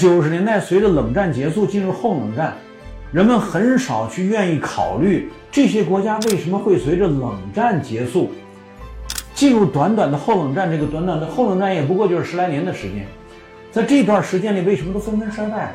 90年代随着冷战结束进入后冷战，人们很少去愿意考虑这些国家为什么会随着冷战结束进入短短的后冷战。这个短短的后冷战也不过就是10来年的时间，在这段时间里为什么都纷纷衰败了？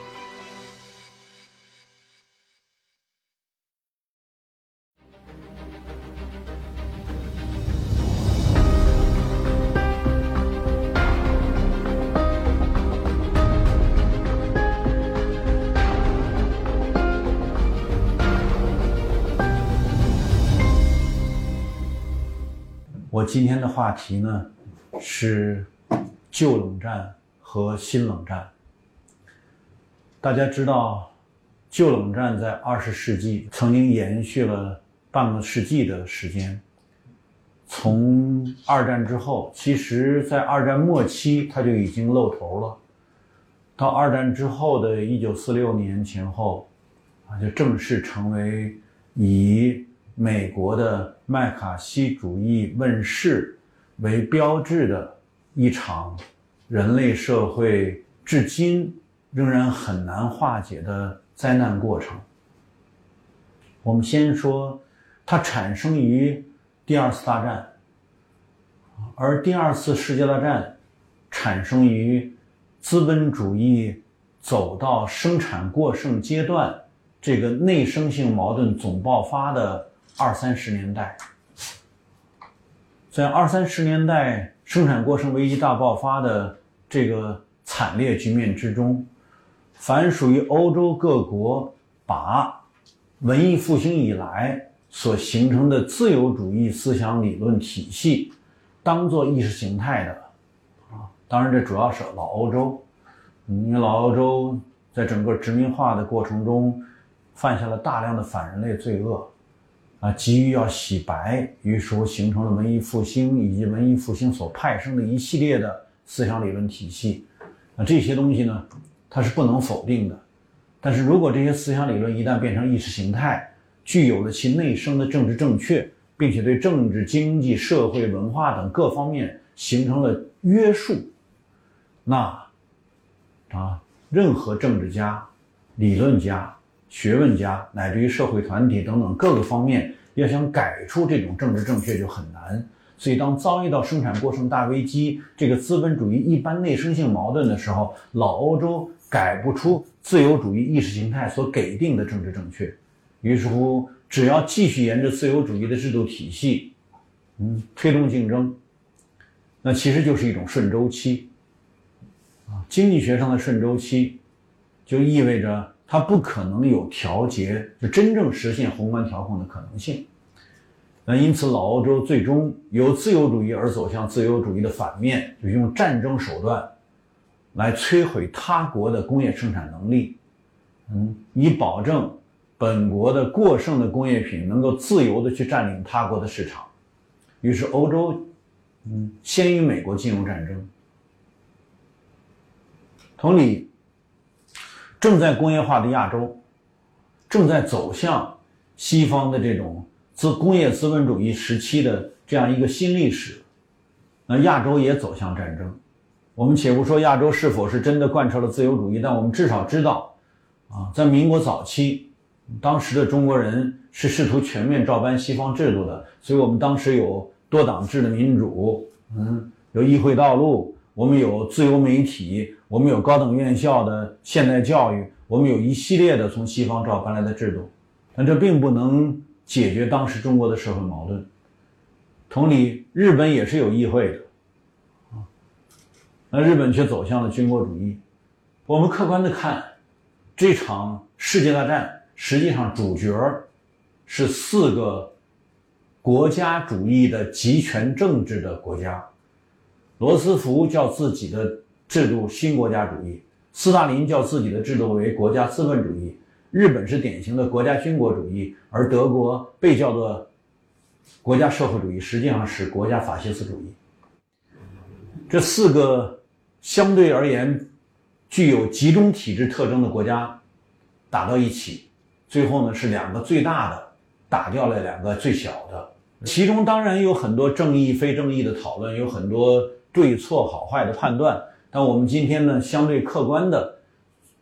我今天的话题呢是旧冷战和新冷战。大家知道，旧冷战在20世纪曾经延续了半个世纪的时间。从二战之后，其实在二战末期它就已经露头了。到二战之后的1946年前后，就正式成为以美国的麦卡锡主义问世为标志的一场人类社会至今仍然很难化解的灾难过程。我们先说它产生于第二次大战，而第二次世界大战产生于资本主义走到生产过剩阶段，这个内生性矛盾总爆发的20-30年代。在20-30年代生产过剩危机大爆发的这个惨烈局面之中，凡属于欧洲各国把文艺复兴以来所形成的自由主义思想理论体系当作意识形态的，当然这主要是老欧洲，因为老欧洲在整个殖民化的过程中犯下了大量的反人类罪恶，急于要洗白，于是乎形成了文艺复兴以及文艺复兴所派生的一系列的思想理论体系。这些东西呢，它是不能否定的。但是如果这些思想理论一旦变成意识形态，具有了其内生的政治正确，并且对政治、经济、社会、文化等各方面形成了约束，那任何政治家、理论家、学问家乃至于社会团体等等各个方面要想改出这种政治正确就很难。所以当遭遇到生产过剩大危机，这个资本主义一般内生性矛盾的时候，老欧洲改不出自由主义意识形态所给定的政治正确，于是乎只要继续沿着自由主义的制度体系推动竞争，那其实就是一种顺周期。经济学上的顺周期就意味着它不可能有调节，就真正实现宏观调控的可能性。那因此老欧洲最终由自由主义而走向自由主义的反面，就用战争手段来摧毁他国的工业生产能力，以保证本国的过剩的工业品能够自由地去占领他国的市场。于是欧洲先于美国进入战争。同理，正在工业化的亚洲正在走向西方的这种工业资本主义时期的这样一个新历史，那亚洲也走向战争。我们且不说亚洲是否是真的贯彻了自由主义，但我们至少知道在民国早期，当时的中国人是试图全面照搬西方制度的，所以我们当时有多党制的民主，有议会道路，我们有自由媒体，我们有高等院校的现代教育，我们有一系列的从西方照搬来的制度，但这并不能解决当时中国的社会矛盾。同理，日本也是有议会的，那日本却走向了军国主义。我们客观的看，这场世界大战实际上主角是4个国家主义的集权政治的国家。罗斯福叫自己的制度新国家主义，斯大林叫自己的制度为国家资本主义，日本是典型的国家军国主义，而德国被叫做国家社会主义，实际上是国家法西斯主义。这4个相对而言具有集中体制特征的国家打到一起，最后呢是2个最大的打掉了2个最小的，其中当然有很多正义非正义的讨论，有很多对错好坏的判断，但我们今天呢相对客观的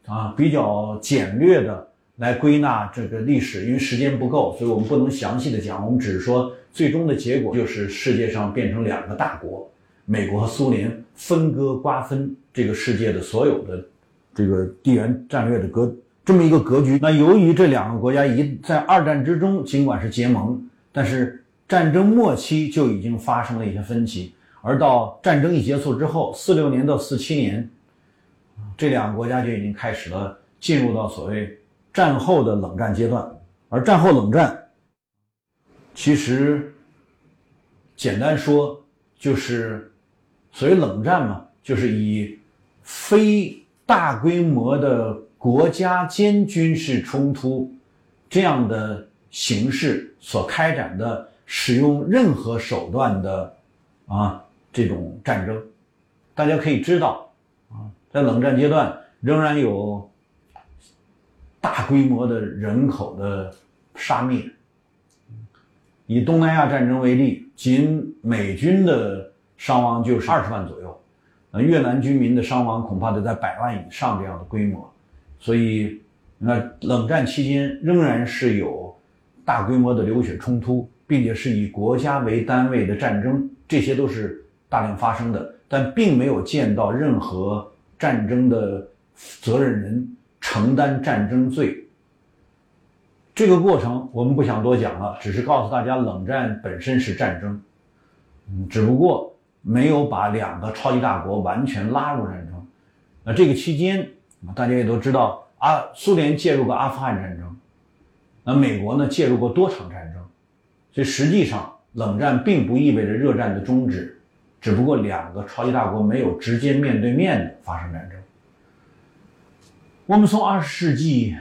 比较简略的来归纳这个历史，因为时间不够，所以我们不能详细的讲，我们只是说最终的结果就是世界上变成2个大国，美国和苏联分割瓜分这个世界的所有的这个地缘战略的这么一个格局。那由于这2个国家在二战之中尽管是结盟，但是战争末期就已经发生了一些分歧，而到战争一结束之后，46年到47年，这2个国家就已经开始了进入到所谓战后的冷战阶段。而战后冷战其实简单说就是所谓冷战嘛，就是以非大规模的国家间军事冲突这样的形式所开展的使用任何手段的这种战争。大家可以知道在冷战阶段仍然有大规模的人口的杀灭。以东南亚战争为例，仅美军的伤亡就是20万左右，越南军民的伤亡恐怕得在100万以上这样的规模。所以冷战期间仍然是有大规模的流血冲突，并且是以国家为单位的战争，这些都是大量发生的，但并没有见到任何战争的责任人承担战争罪。这个过程我们不想多讲了，只是告诉大家冷战本身是战争，只不过没有把2个超级大国完全拉入战争。那这个期间大家也都知道苏联介入过阿富汗战争，那美国呢介入过多场战争，所以实际上冷战并不意味着热战的终止，只不过2个超级大国没有直接面对面的发生战争。我们从20世纪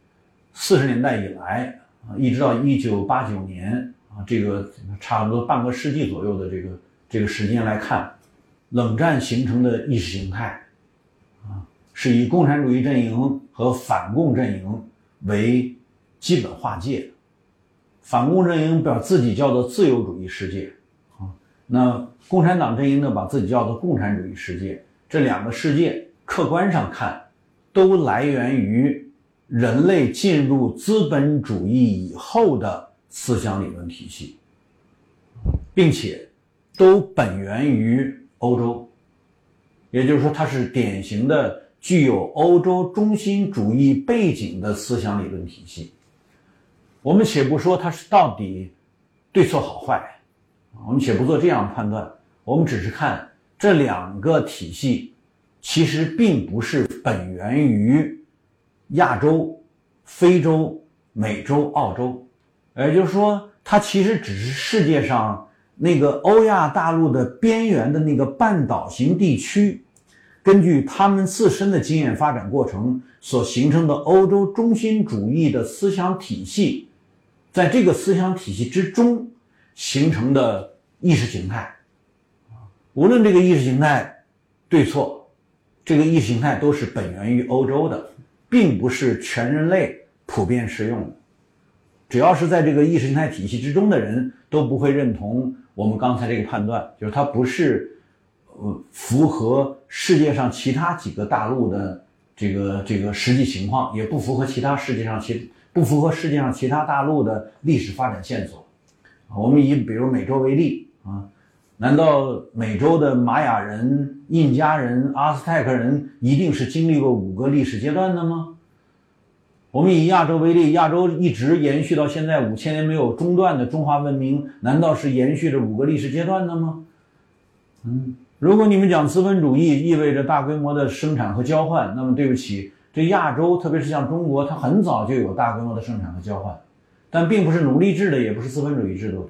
40年代以来一直到1989年这个差不多半个世纪左右的这个时间来看，冷战形成的意识形态是以共产主义阵营和反共阵营为基本划界。反共阵营把自己叫做自由主义世界那共产党阵营呢把自己叫做共产主义世界。这2个世界客观上看都来源于人类进入资本主义以后的思想理论体系，并且都本源于欧洲，也就是说它是典型的具有欧洲中心主义背景的思想理论体系。我们且不说它是到底对错好坏，我们且不做这样的判断，我们只是看这2个体系其实并不是本源于亚洲、非洲、美洲、澳洲，也就是说它其实只是世界上那个欧亚大陆的边缘的那个半岛型地区根据他们自身的经验发展过程所形成的欧洲中心主义的思想体系，在这个思想体系之中形成的意识形态。无论这个意识形态对错，这个意识形态都是本源于欧洲的，并不是全人类普遍适用的。只要是在这个意识形态体系之中的人都不会认同我们刚才这个判断，就是它不是符合世界上其他几个大陆的这个实际情况，也不符合不符合世界上其他大陆的历史发展线索。我们以比如美洲为例难道美洲的玛雅人、印加人、阿斯泰克人一定是经历过5个历史阶段的吗？我们以亚洲为例，亚洲一直延续到现在5000年没有中断的中华文明，难道是延续着5个历史阶段的吗？如果你们讲资本主义意味着大规模的生产和交换，那么对不起，这亚洲特别是像中国，它很早就有大规模的生产和交换，但并不是奴隶制的，也不是资本主义制度的。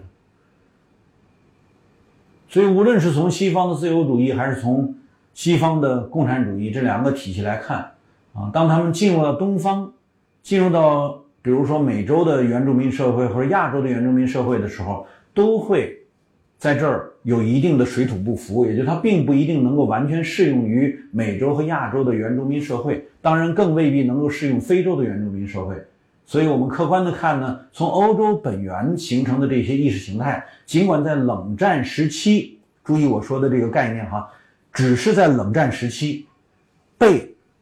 所以无论是从西方的自由主义还是从西方的共产主义这2个体系来看当他们进入到东方，进入到比如说美洲的原住民社会或者亚洲的原住民社会的时候，都会在这儿有一定的水土不服，也就是它并不一定能够完全适用于美洲和亚洲的原住民社会，当然更未必能够适用非洲的原住民社会。所以我们客观的看呢，从欧洲本源形成的这些意识形态，尽管在冷战时期，注意我说的这个概念只是在冷战时期被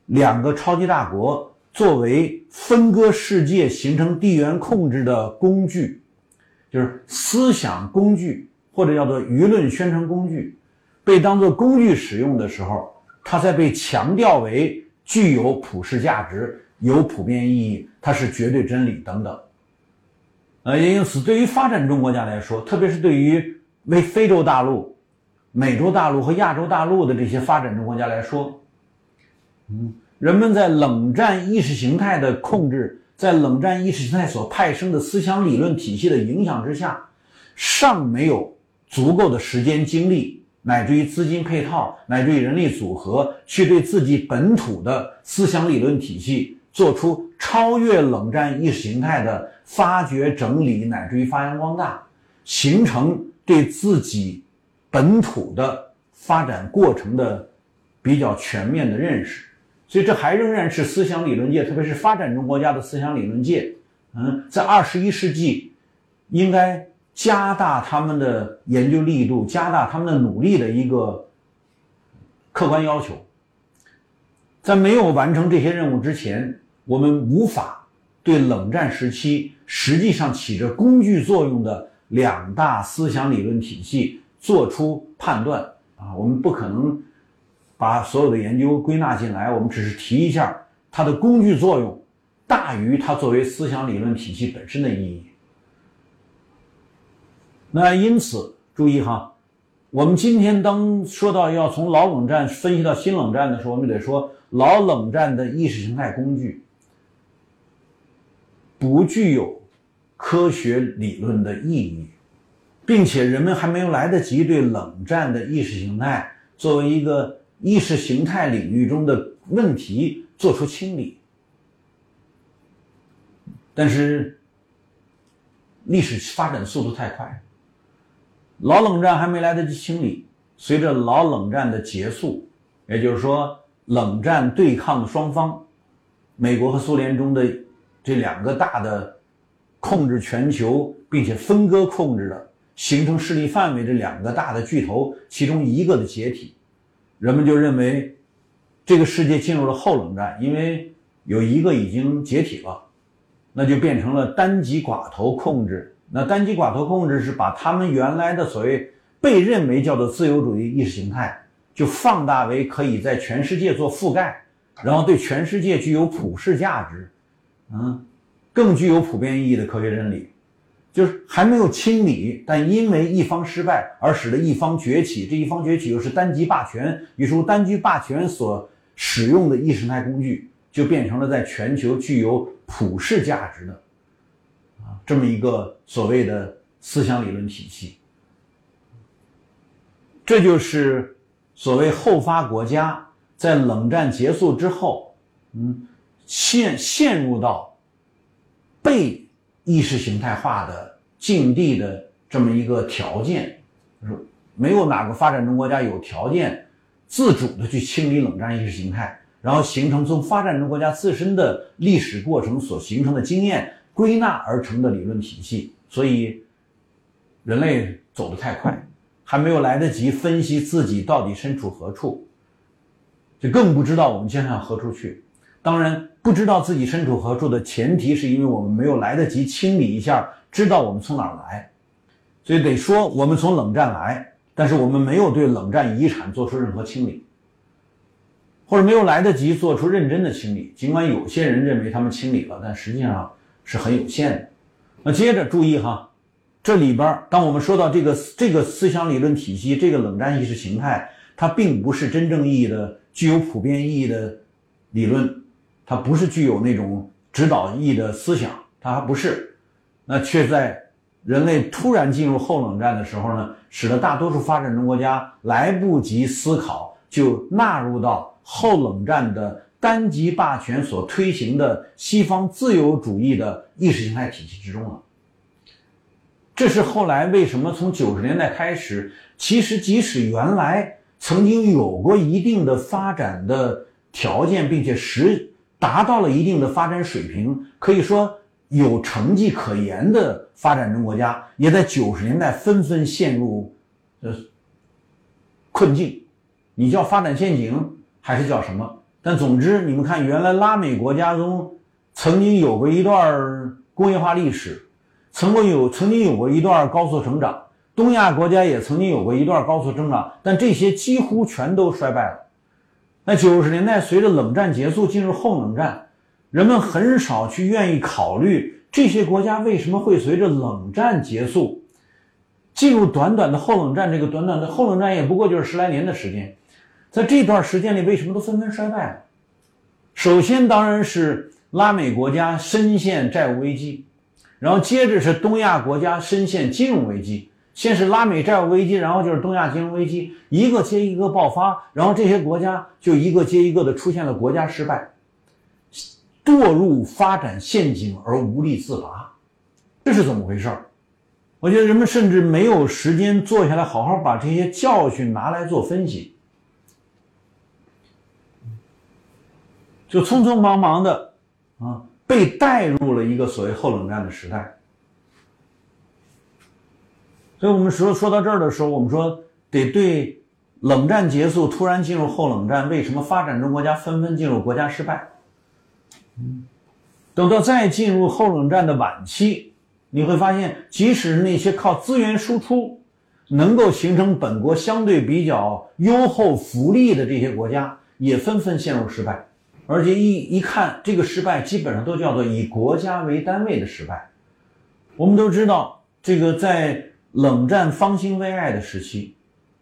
两个超级大国作为分割世界、形成地缘控制的工具，就是思想工具或者叫做舆论宣传工具，被当作工具使用的时候，它才被强调为具有普世价值、有普遍意义，它是绝对真理等等。也因此，对于发展中国家来说，特别是对于为非洲大陆、美洲大陆和亚洲大陆的这些发展中国家来说，人们在冷战意识形态的控制，在冷战意识形态所派生的思想理论体系的影响之下，尚没有足够的时间精力，乃至于资金配套，乃至于人力组合，去对自己本土的思想理论体系做出超越冷战意识形态的发掘整理，乃至于发扬光大，形成对自己本土的发展过程的比较全面的认识。所以这还仍然是思想理论界，特别是发展中国家的思想理论界，在21世纪应该加大他们的研究力度，加大他们的努力的一个客观要求。在没有完成这些任务之前，我们无法对冷战时期实际上起着工具作用的两大思想理论体系做出判断我们不可能把所有的研究归纳进来，我们只是提一下它的工具作用大于它作为思想理论体系本身的意义。那因此注意我们今天当说到要从老冷战分析到新冷战的时候，我们得说老冷战的意识形态工具不具有科学理论的意义，并且人们还没有来得及对冷战的意识形态作为一个意识形态领域中的问题做出清理。但是历史发展速度太快，老冷战还没来得及清理，随着老冷战的结束，也就是说冷战对抗双方，美国和苏联中的这两个大的控制全球并且分割控制的形成势力范围这两个大的巨头其中一个的解体，人们就认为这个世界进入了后冷战，因为有一个已经解体了，那就变成了单极寡头控制。那单极寡头控制是把他们原来的所谓被认为叫做自由主义意识形态就放大为可以在全世界做覆盖，然后对全世界具有普世价值更具有普遍意义的科学真理，就是还没有清理，但因为一方失败而使得一方崛起，这一方崛起又是单极霸权，于是单极霸权所使用的意识形态工具就变成了在全球具有普世价值的这么一个所谓的思想理论体系。这就是所谓后发国家在冷战结束之后陷入到被意识形态化的境地的这么一个条件，就是没有哪个发展中国家有条件自主的去清理冷战意识形态，然后形成从发展中国家自身的历史过程所形成的经验归纳而成的理论体系。所以人类走得太快，还没有来得及分析自己到底身处何处，就更不知道我们将向何处去。当然不知道自己身处何处的前提是因为我们没有来得及清理一下知道我们从哪儿来，所以得说我们从冷战来，但是我们没有对冷战遗产做出任何清理，或者没有来得及做出认真的清理，尽管有些人认为他们清理了，但实际上是很有限的。那接着注意这里边当我们说到这个思想理论体系，这个冷战意识形态，它并不是真正意义的具有普遍意义的理论，它不是具有那种指导意义的思想，它还不是，那却在人类突然进入后冷战的时候呢，使得大多数发展中国家来不及思考就纳入到后冷战的单极霸权所推行的西方自由主义的意识形态体系之中了。这是后来为什么从90年代开始，其实即使原来曾经有过一定的发展的条件，并且达到了一定的发展水平，可以说有成绩可言的发展中国家，也在90年代纷纷陷入困境。你叫发展陷阱还是叫什么， 但总之，你们看，原来拉美国家中曾经有过一段工业化历史，曾经有过一段高速成长，东亚国家也曾经有过一段高速增长，但这些几乎全都衰败了。那90年代随着冷战结束进入后冷战，人们很少去愿意考虑这些国家为什么会随着冷战结束进入短短的后冷战，这个短短的后冷战也不过就是10来年的时间，在这段时间里为什么都纷纷衰败了？首先当然是拉美国家深陷债务危机，然后接着是东亚国家深陷金融危机，先是拉美债务危机，然后就是东亚金融危机，一个接一个爆发，然后这些国家就一个接一个的出现了国家失败，堕入发展陷阱而无力自拔。这是怎么回事？我觉得人们甚至没有时间坐下来好好把这些教训拿来做分析，就匆匆忙忙的被带入了一个所谓后冷战的时代。所以我们说到这儿的时候，我们说得对冷战结束突然进入后冷战，为什么发展中国家纷纷进入国家失败，等到再进入后冷战的晚期，你会发现即使那些靠资源输出能够形成本国相对比较优厚福利的这些国家也纷纷陷入失败，而且一看这个失败基本上都叫做以国家为单位的失败。我们都知道这个在冷战方兴未艾的时期，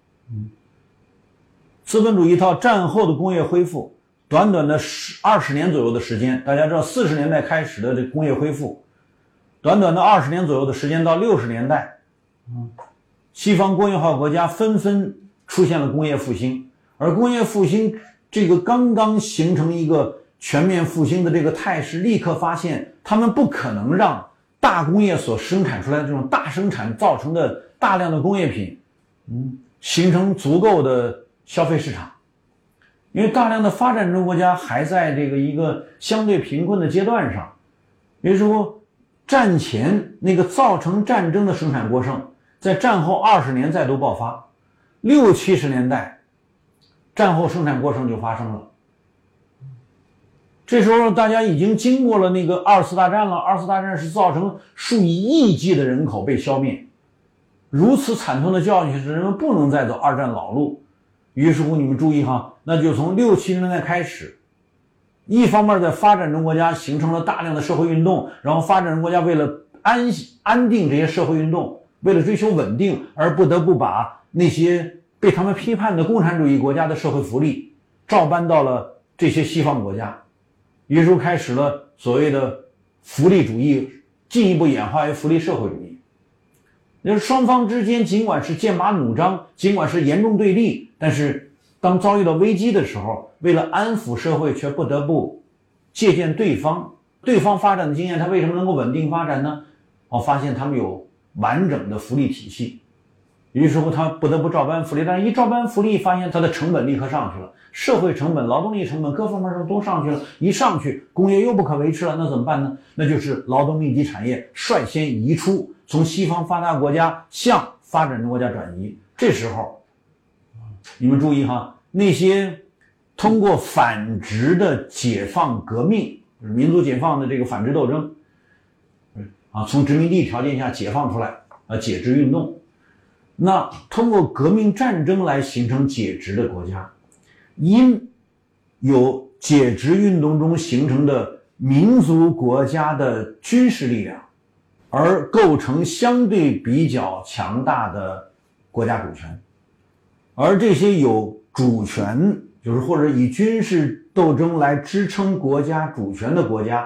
资本主义到战后的工业恢复短短的20年左右的时间，大家知道40年代开始的这工业恢复，短短的20年左右的时间到60年代，西方工业化国家纷纷出现了工业复兴，而工业复兴这个刚刚形成一个全面复兴的这个态势，立刻发现他们不可能让大工业所生产出来的这种大生产造成的大量的工业品形成足够的消费市场，因为大量的发展中国家还在这个一个相对贫困的阶段上，也就是说战前那个造成战争的生产过剩在战后20年再度爆发，60、70年代战后生产过剩就发生了。这时候大家已经经过了那个2次大战了，2次大战是造成数以亿计的人口被消灭，如此惨痛的教训使人们不能再走2战老路。于是乎你们注意哈，那就从60、70年代开始，一方面在发展中国家形成了大量的社会运动，然后发展中国家为了安定这些社会运动，为了追求稳定而不得不把那些被他们批判的共产主义国家的社会福利照搬到了这些西方国家，于是开始了所谓的福利主义，进一步演化为福利社会主义。就是双方之间尽管是剑拔弩张，尽管是严重对立，但是当遭遇到危机的时候，为了安抚社会却不得不借鉴对方发展的经验，他为什么能够稳定发展呢？发现他们有完整的福利体系，于是乎他不得不照搬福利，但是一照搬福利发现它的成本立刻上去了，社会成本、劳动力成本各方面都上去了，一上去工业又不可维持了，那怎么办呢？那就是劳动密集产业率先移出，从西方发达国家向发展中国家转移。这时候你们注意哈，那些通过反殖的解放革命，就是民族解放的这个反殖斗争从殖民地条件下解放出来解殖运动，那通过革命战争来形成解殖的国家，因有解殖运动中形成的民族国家的军事力量，而构成相对比较强大的国家主权。而这些有主权，就是或者以军事斗争来支撑国家主权的国家，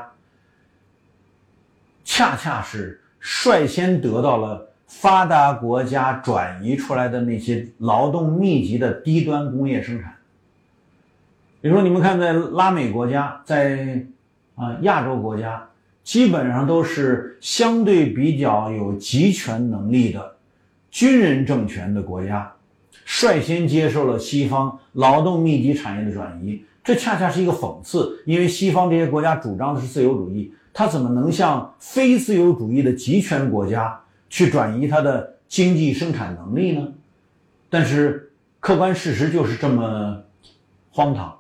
恰恰是率先得到了发达国家转移出来的那些劳动密集的低端工业生产。比如说你们看在拉美国家，在亚洲国家，基本上都是相对比较有集权能力的军人政权的国家，率先接受了西方劳动密集产业的转移。这恰恰是一个讽刺，因为西方这些国家主张的是自由主义，它怎么能向非自由主义的集权国家去转移它的经济生产能力呢？但是客观事实就是这么荒唐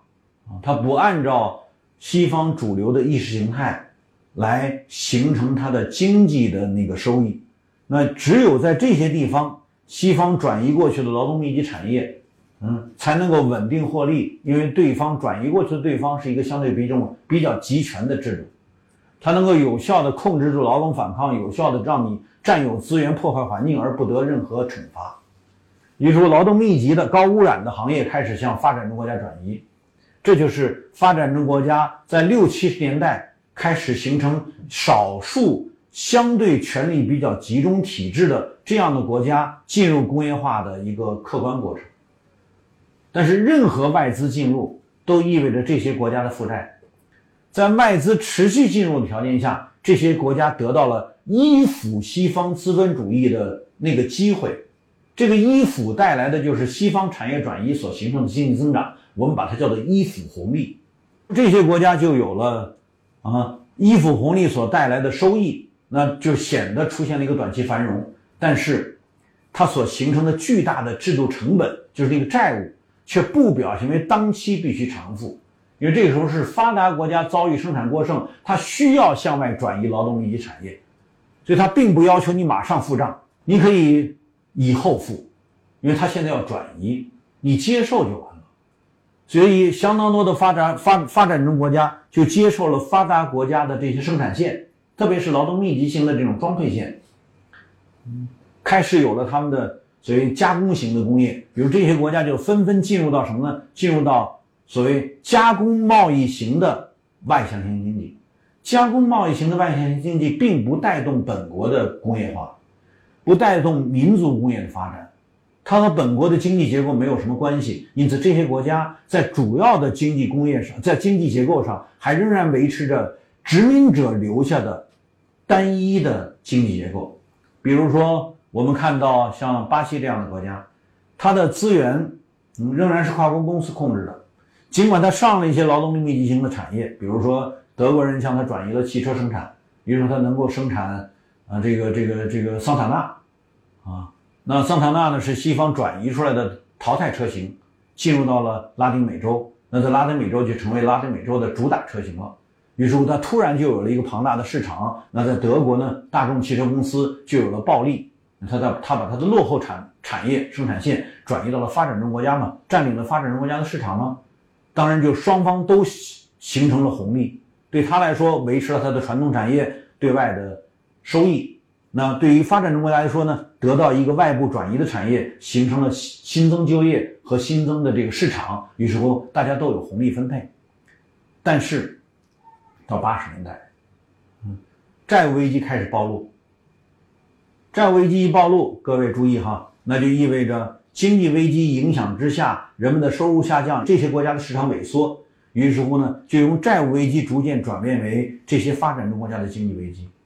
它不按照西方主流的意识形态来形成它的经济的那个收益。那只有在这些地方，西方转移过去的劳动密集产业，才能够稳定获利，因为对方转移过去的对方是一个相对比较集权的制度，它能够有效地控制住劳动反抗，有效地让你占有资源、破坏环境而不得任何惩罚。也就是说，劳动密集的高污染的行业开始向发展中国家转移，这就是发展中国家在60、70年代开始形成少数相对权力比较集中体制的这样的国家进入工业化的一个客观过程。但是任何外资进入都意味着这些国家的负债，在外资持续进入的条件下，这些国家得到了依附西方资本主义的那个机会。这个依附带来的就是西方产业转移所形成的经济增长，我们把它叫做依附红利。这些国家就有了依附红利所带来的收益，那就显得出现了一个短期繁荣，但是它所形成的巨大的制度成本，就是那个债务，却不表现为当期必须偿付。因为这个时候是发达国家遭遇生产过剩，它需要向外转移劳动密集产业，所以它并不要求你马上付账，你可以以后付，因为它现在要转移，你接受就完了。所以相当多的发展中国家就接受了发达国家的这些生产线，特别是劳动密集型的这种装配线，开始有了他们的所谓加工型的工业。比如这些国家就纷纷进入到什么呢？进入到所谓加工贸易型的外向型经济。加工贸易型的外向型经济并不带动本国的工业化，不带动民族工业的发展，它和本国的经济结构没有什么关系。因此这些国家在主要的经济工业上，在经济结构上还仍然维持着殖民者留下的单一的经济结构。比如说我们看到像巴西这样的国家，它的资源仍然是跨国公司控制的，尽管它上了一些劳动力密集型的产业，比如说德国人向它转移了汽车生产，比如说它能够生产这个桑塔纳那桑塔纳呢是西方转移出来的淘汰车型，进入到了拉丁美洲，那在拉丁美洲就成为拉丁美洲的主打车型了。于是乎它突然就有了一个庞大的市场。那在德国呢，大众汽车公司就有了暴利，它把它的落后产业生产线转移到了发展中国家嘛，占领了发展中国家的市场嘛，当然就双方都形成了红利。对他来说维持了他的传统产业对外的收益，那对于发展中国家来说呢，得到一个外部转移的产业，形成了新增就业和新增的这个市场，于是乎大家都有红利分配。但是到80年代债务危机开始暴露。债务危机一暴露，各位注意那就意味着经济危机影响之下，人们的收入下降，这些国家的市场萎缩，于是乎呢，就由债务危机逐渐转变为这些发展中国家的经济危机。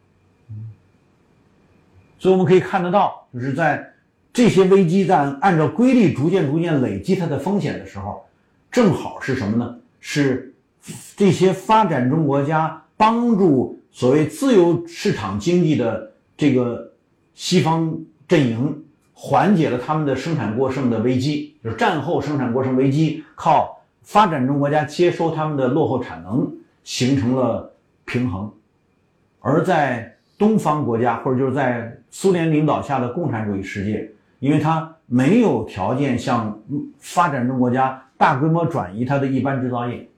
所以我们可以看得到，就是在这些危机在按照规律逐渐累积它的风险的时候，正好是什么呢？是这些发展中国家帮助所谓自由市场经济的这个西方阵营缓解了他们的生产过剩的危机，就是战后生产过剩危机，靠发展中国家接收他们的落后产能形成了平衡。而在东方国家，或者就是在苏联领导下的共产主义世界，因为它没有条件向发展中国家大规模转移它的一般制造业。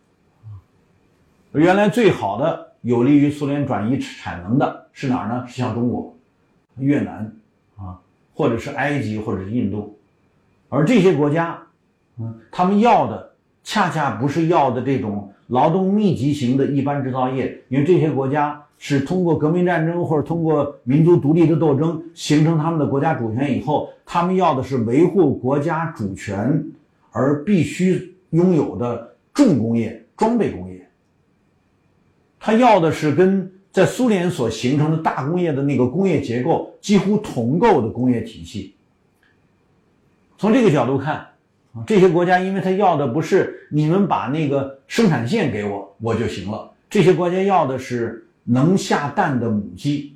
原来最好的有利于苏联转移产能的是哪儿呢？是像中国、越南或者是埃及，或者是印度。而这些国家他们要的恰恰不是要的这种劳动密集型的一般制造业，因为这些国家是通过革命战争或者通过民族独立的斗争形成他们的国家主权以后，他们要的是维护国家主权而必须拥有的重工业、装备工业。他要的是跟在苏联所形成的大工业的那个工业结构几乎同构的工业体系。从这个角度看，这些国家因为他要的不是你们把那个生产线给我就行了，这些国家要的是能下蛋的母鸡。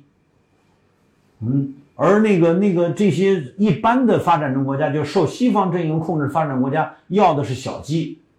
而这些一般的发展中国家，就受西方阵营控制发展国家要的是小鸡，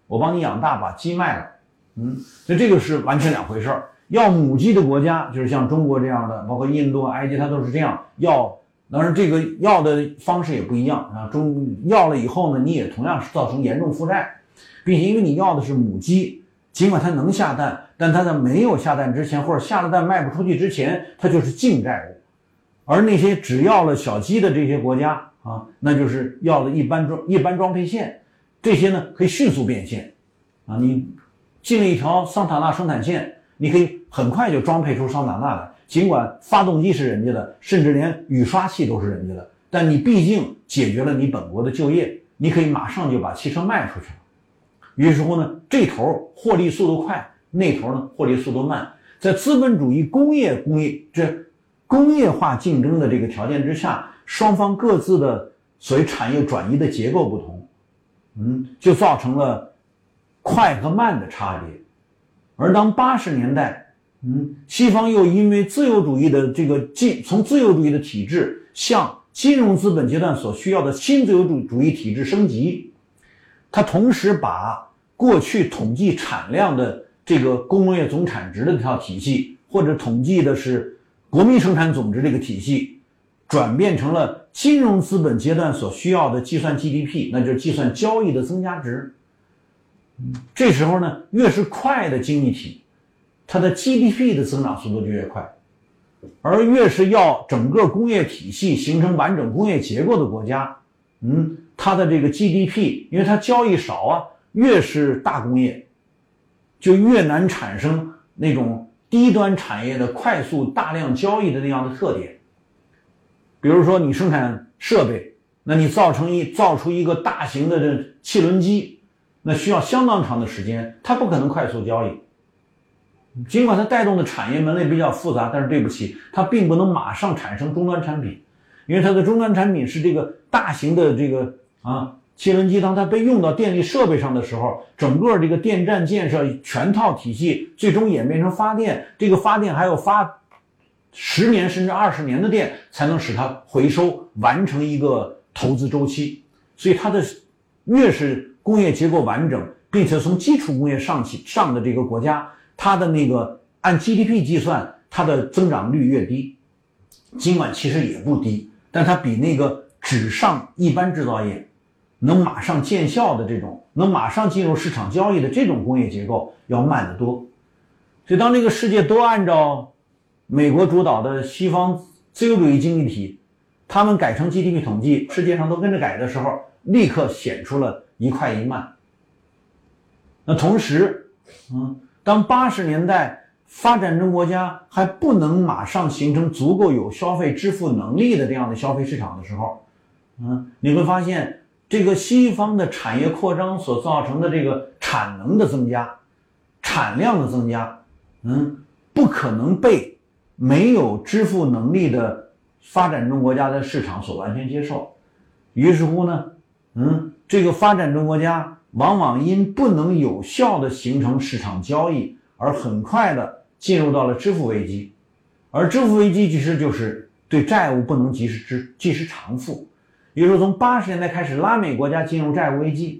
我帮你养大，把鸡卖了。所以这个是完全两回事儿。要母鸡的国家，就是像中国这样的，包括印度、埃及，它都是这样要。当然，这个要的方式也不一样啊。要了以后呢，你也同样是造成严重负债，并且因为你要的是母鸡，尽管它能下蛋，但它在没有下蛋之前，或者下了蛋卖不出去之前，它就是净债务。而那些只要了小鸡的这些国家啊，那就是要的一般装配线，这些呢可以迅速变现啊。你进了一条桑塔纳生产线，你可以很快就装配出桑塔纳来。尽管发动机是人家的，甚至连雨刷器都是人家的，但你毕竟解决了你本国的就业，你可以马上就把汽车卖出去了。于是乎呢，这头获利速度快，那头呢获利速度慢。在资本主义工业化竞争的这个条件之下，双方各自的所谓产业转移的结构不同，就造成了快和慢的差别。而当80年代西方又因为自由主义的从自由主义的体制向金融资本阶段所需要的新自由主义体制升级，它同时把过去统计产量的这个工业总产值的这套体系，或者统计的是国民生产总值这个体系，转变成了金融资本阶段所需要的计算 GDP， 那就是计算交易的增加值。这时候呢，越是快的经济体，它的 GDP 的增长速度就越快，而越是要整个工业体系形成完整工业结构的国家，它的这个 GDP， 因为它交易少啊，越是大工业，就越难产生那种低端产业的快速大量交易的那样的特点。比如说你生产设备，那你造出一个大型的这汽轮机，那需要相当长的时间，它不可能快速交易。尽管它带动的产业门类比较复杂，但是对不起，它并不能马上产生终端产品，因为它的终端产品是这个大型的这个汽轮机，当它被用到电力设备上的时候，整个这个电站建设全套体系最终演变成发电，这个发电还要发10年甚至20年的电才能使它回收完成一个投资周期。所以它的越是工业结构完整，并且从基础工业上的这个国家，它的那个按 GDP 计算，它的增长率越低，尽管其实也不低，但它比那个只上一般制造业能马上见效的这种，能马上进入市场交易的这种工业结构要慢得多。所以当这个世界都按照美国主导的西方自由主义经济体，他们改成 GDP 统计，世界上都跟着改的时候，立刻显出了一快一慢。那同时当80年代发展中国家还不能马上形成足够有消费支付能力的这样的消费市场的时候，你会发现这个西方的产业扩张所造成的这个产能的增加、产量的增加，不可能被没有支付能力的发展中国家的市场所完全接受。于是乎呢，这个发展中国家往往因不能有效的形成市场交易，而很快的进入到了支付危机。而支付危机其实就是对债务不能及时偿付。也就是说，从80年代开始，拉美国家进入债务危机。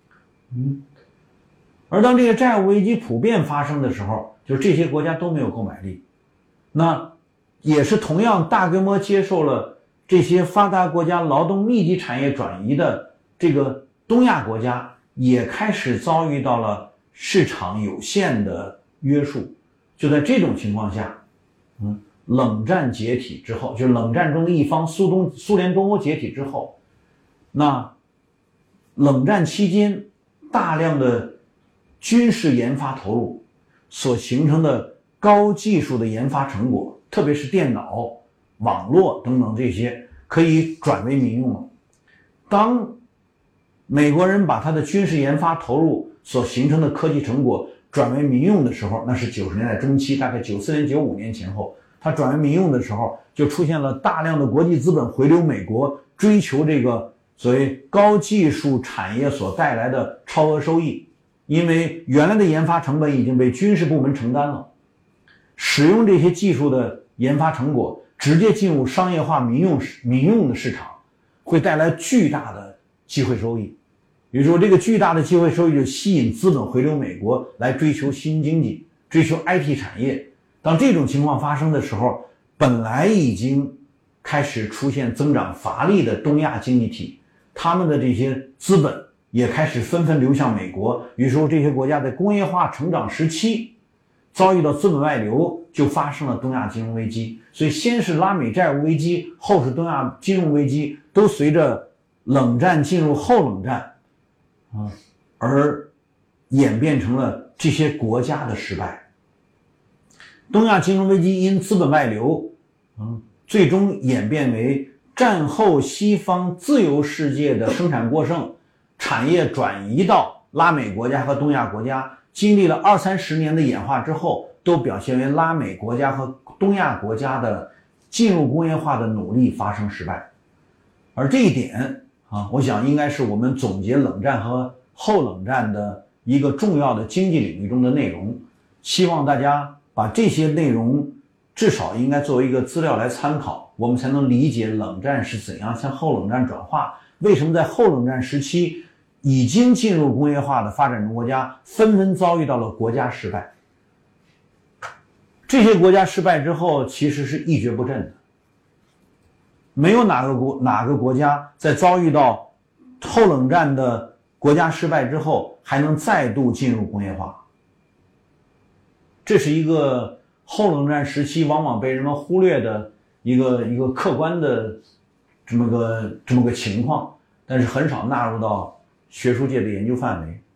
而当这个债务危机普遍发生的时候，就是这些国家都没有购买力。那也是同样大规模接受了这些发达国家劳动密集产业转移的这个东亚国家，也开始遭遇到了市场有限的约束。就在这种情况下，冷战解体之后，就是冷战中的一方苏联东欧解体之后，那冷战期间大量的军事研发投入所形成的高技术的研发成果，特别是电脑、网络等等这些，可以转为民用了。当美国人把他的军事研发投入所形成的科技成果转为民用的时候，那是90年代中期，大概94年、95年前后，它转为民用的时候，就出现了大量的国际资本回流美国，追求这个所谓高技术产业所带来的超额收益。因为原来的研发成本已经被军事部门承担了，使用这些技术的研发成果直接进入商业化民用的市场，会带来巨大的机会收益。 比如说这个巨大的机会收益就吸引资本回流美国来追求新经济，追求 IT 产业。当这种情况发生的时候，本来已经开始出现增长乏力的东亚经济体，他们的这些资本也开始纷纷流向美国。于是说这些国家在工业化成长时期遭遇到资本外流，就发生了东亚金融危机。所以先是拉美债务危机，后是东亚金融危机，都随着冷战进入后冷战而演变成了这些国家的失败。东亚金融危机因资本外流最终演变为战后西方自由世界的生产过剩，产业转移到拉美国家和东亚国家，经历了20-30年的演化之后，都表现为拉美国家和东亚国家的进入工业化的努力发生失败。而这一点我想应该是我们总结冷战和后冷战的一个重要的经济领域中的内容。希望大家把这些内容至少应该作为一个资料来参考，我们才能理解冷战是怎样向后冷战转化，为什么在后冷战时期已经进入工业化的发展中国家纷纷遭遇到了国家失败。这些国家失败之后其实是一蹶不振的，没有哪个国家在遭遇到后冷战的国家失败之后还能再度进入工业化。这是一个后冷战时期往往被人们忽略的一个客观的这么个情况，但是很少纳入到学术界的研究范围。